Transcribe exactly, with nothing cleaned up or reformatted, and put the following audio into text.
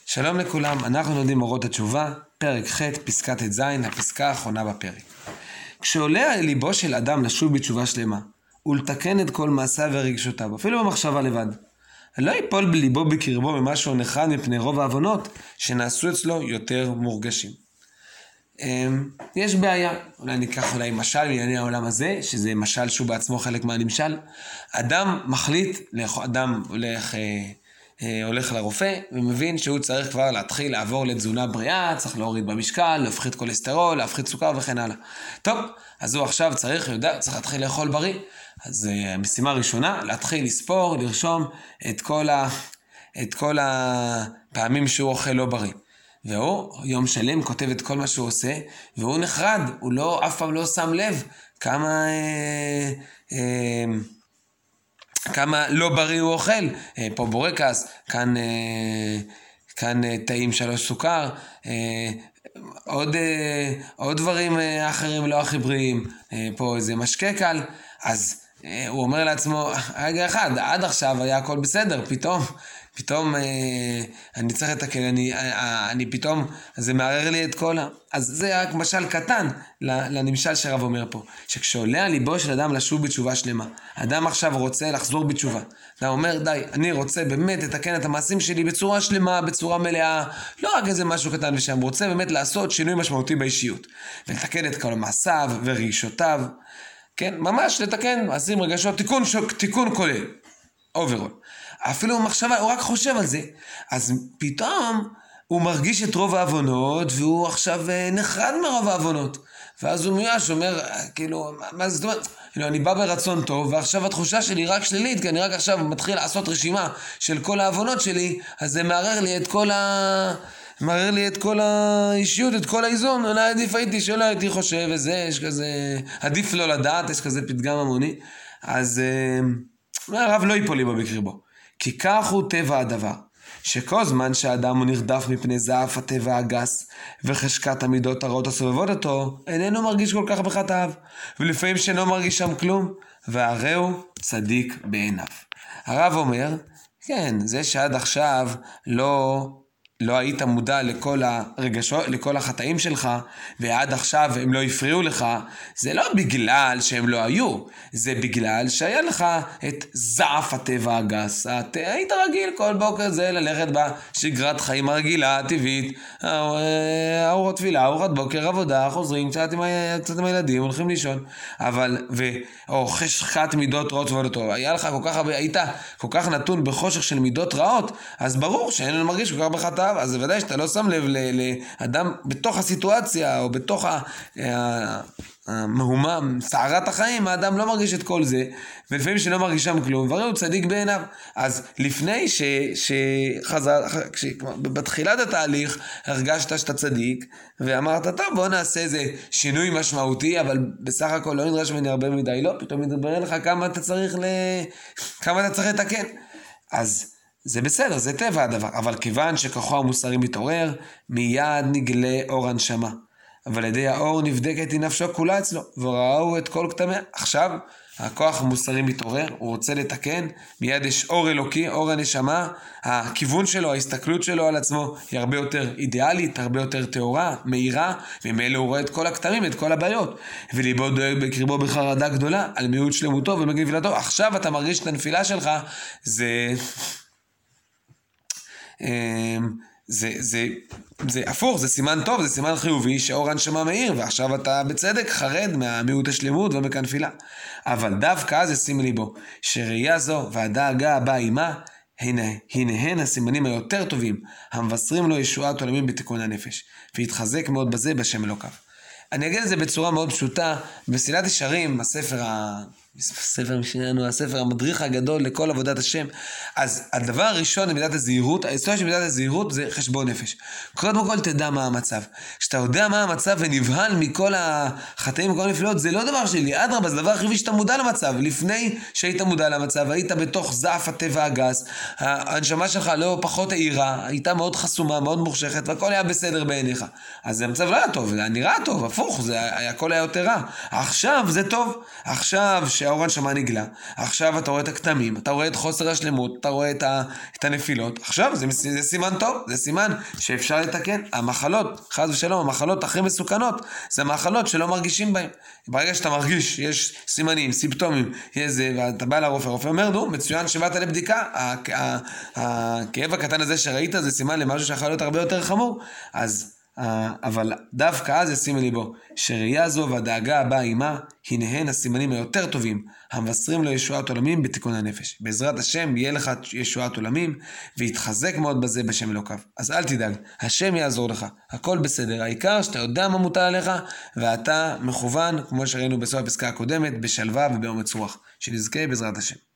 שלום לכולם, אנחנו לומדים אורות התשובה, פרק ח', פסקת ט"ז, הפסקה האחרונה בפרק. כשעולה על ליבו של אדם לשוב בתשובה שלמה, ולתקן את כל מעשיו ורגשותיו, אפילו במחשבה לבד, לא ייפול בליבו בקרבו ממשהו נחרד מפני רוב העוונות שנעשו אצלו יותר מורגשים. יש בעיה, אולי ניקח אולי משל בענייני העולם הזה, שזה משל שהוא בעצמו חלק מהנמשל. אדם מחליט, אדם הולך... הולך לרופא ומבין שהוא צריך כבר להתחיל לעבור לתזונה בריאה, צריך להוריד במשקל, להפחית כולסטרול, להפחית סוכר וכן הלאה. טוב, אז הוא עכשיו צריך, יודע, צריך להתחיל לאכול בריא. אז המשימה הראשונה, להתחיל לספור, לרשום את כל, ה, את כל הפעמים שהוא אוכל לא בריא. והוא יום שלם כותב את כל מה שהוא עושה, והוא נחרד, הוא לא, אף פעם לא שם לב כמה... אה, אה, כמה לא בריא הוא אוכל, פה בורקס, כאן, כאן טעים שלוש סוכר, עוד, עוד דברים אחרים לא הכי בריאים, פה איזה משקה קל, אז הוא אומר לעצמו, רגע אחד, עד עכשיו היה הכל בסדר, פתאום, פתאום אני צריך לתקן, אני, אני פתאום, זה מערער לי את כל ה... אז זה רק משל קטן לנמשל שרב אומר פה, שכשעולה על ליבו של אדם לשוב בתשובה שלמה, אדם עכשיו רוצה לחזור בתשובה, אדם אומר די, אני רוצה באמת לתקן את המעשים שלי בצורה שלמה, בצורה מלאה, לא רק איזה משהו קטן ושם, רוצה באמת לעשות שינוי משמעותי באישיות, ולתקן את כל מעשיו ורגשותיו, כן, ממש לתקן מעשים רגשות, תיקון, שוק, תיקון כולל, אוברול. אפילו במחשבה, הוא רק חושב על זה, אז פתאום הוא מרגיש את רוב העוונות, והוא עכשיו נחרד מרוב העוונות. ואז הוא מיואש, אומר, כאילו, מה זאת אומרת? אני בא ברצון טוב, ועכשיו התחושה שלי רק שלילית, כי אני רק עכשיו מתחיל לעשות רשימה של כל העוונות שלי, אז זה מערער לי את כל ה... מערער לי את כל האישיות, את כל האיזון. אולי עדיף הייתי שלא הייתי חושב, וזה, יש כזה... עדיף לא לדעת, יש כזה פתגם המוני. אז הרב לא ייפול ליבו בקרבו. כי כך הוא טבע הדבר. שכל זמן שהאדם הוא נרדף מפני זעף הטבע הגס וחשקת המידות הרעות הסובבות אותו, איננו מרגיש כל כך בחטאיו, ולפעמים שאינו מרגיש שם כלום, והרי הוא צדיק בעיניו. הרב אומר, כן, זה שעד עכשיו לא... לא היית מודע לכל הרגשות, לכל החטאים שלך, ועד עכשיו הם לא הפריעו לך, זה לא בגלל שהם לא היו, זה בגלל שהיה לך את זעף הטבע הגס. את, היית רגיל כל בוקר זה ללכת בשגרת חיים הרגילה, הטבעית, ארוחות תפילה, ארוחת בוקר, עבודה, חוזרים קצת עם, קצת עם הילדים, הולכים לישון, אבל, ו, או חשכת מידות רעות ועודתו, היה לך כל כך הרבה, היית כל כך נתון בחושך של מידות רעות, אז ברור שאין מרגיש כל כך בחטא, אז זה ודאי שאתה לא שם לב לאדם בתוך הסיטואציה, או בתוך המהומה, סערת החיים, האדם לא מרגיש את כל זה, ולפעמים שלא מרגיש שם כלום, והרי הוא צדיק בעיניו. אז לפני שחזר, בתחילת התהליך, הרגשת שאתה צדיק, ואמרת, טוב, בוא נעשה איזה שינוי משמעותי, אבל בסך הכל לא נדרש ממני הרבה מדי, לא, פתאום מדבר לך כמה אתה צריך ל... כמה אתה צריך לתקן. אז זה בסדר, זה טבע הדבר, אבל כיוון שכוחו המוסרי מתעורר, מיד נגלה אור הנשמה. אבל ידי האור נבדקת היא נפשו כולה אצלו, וראו את כל כתמיה. עכשיו, הכוח המוסרי מתעורר, הוא רוצה לתקן, מיד יש אור אלוקי, אור הנשמה, הכיוון שלו, ההסתכלות שלו על עצמו, היא הרבה יותר אידיאלית, הרבה יותר תאורה, מהירה, ומאלה הוא רואה את כל הכתמים, את כל הבעיות. וליבו דואג בקרבו בחרדה גדולה, על מיעוט שלמותו ומגנבילתו. עכשיו אתה מרגיש את הנפילה שלך, זה... זה, זה, זה הפוך, זה סימן טוב, זה סימן חיובי שאור הנשמה מאיר, ועכשיו אתה בצדק חרד מהמיעוט השלמות ומכנפילה. אבל דווקא אז ישים ליבו, שראייה זו והדאגה הבאה עימה, הנה, הנה הן הסימנים היותר טובים, המבשרים לו ישועת עולמים בתיקון הנפש, והתחזק מאוד בזה בשם אלוקיו. אני אגיד את זה בצורה מאוד פשוטה, בסילת ישרים, הספר ה... הספר משלנו, הספר המדריך הגדול לכל עבודת השם. אז הדבר הראשון למידת הזהירות, ההיסטוריה של מידת הזהירות זה חשבון נפש. קודם כל תדע מה המצב. כשאתה יודע מה המצב ונבהל מכל החטאים וכל הנפילות, זה לא דבר שלי, אדרבה, זה דבר חיובי שאתה מודע למצב. לפני שהיית מודע למצב, היית בתוך זעף הטבע הגס, ההנשמה שלך לא פחות העירה, הייתה מאוד חסומה, מאוד מוחשכת, והכל היה בסדר בעיניך. אז המצב לא היה טוב, זה נראה טוב, הפוך, זה, הכל היה יותר רע. עכשיו זה טוב. עכשיו ש שהאור הנשמה נגלה, עכשיו אתה רואה את הכתמים, אתה רואה את חוסר השלמות, אתה רואה את, ה, את הנפילות, עכשיו זה, זה סימן טוב, זה סימן שאפשר לתקן. המחלות, חס ושלום, המחלות הכי מסוכנות, זה המחלות שלא מרגישים בהן. ברגע שאתה מרגיש, יש סימנים, סימפטומים, יש זה, ואתה בא לרופא, הרופא אומר, נו, מצוין שבאת לבדיקה, הכאב הקטן הזה שראית זה סימן למשהו שיכול להיות הרבה יותר חמור, אז אבל דווקא אז ישים ליבו שראייה זו והדאגה הבאה עימה הנה הסימנים היותר טובים המבשרים לו ישועת עולמים בתיקון הנפש. בעזרת השם יהיה לך ישועת עולמים ויתחזק מאוד בזה בשם אלוקיו. אז אל תדאג, השם יעזור לך, הכל בסדר, העיקר שאתה יודע מה מוטל עליך ואתה מכוון כמו שראינו בסוף הפסקה הקודמת בשלווה ובאומץ רוח, שנזכה בעזרת השם.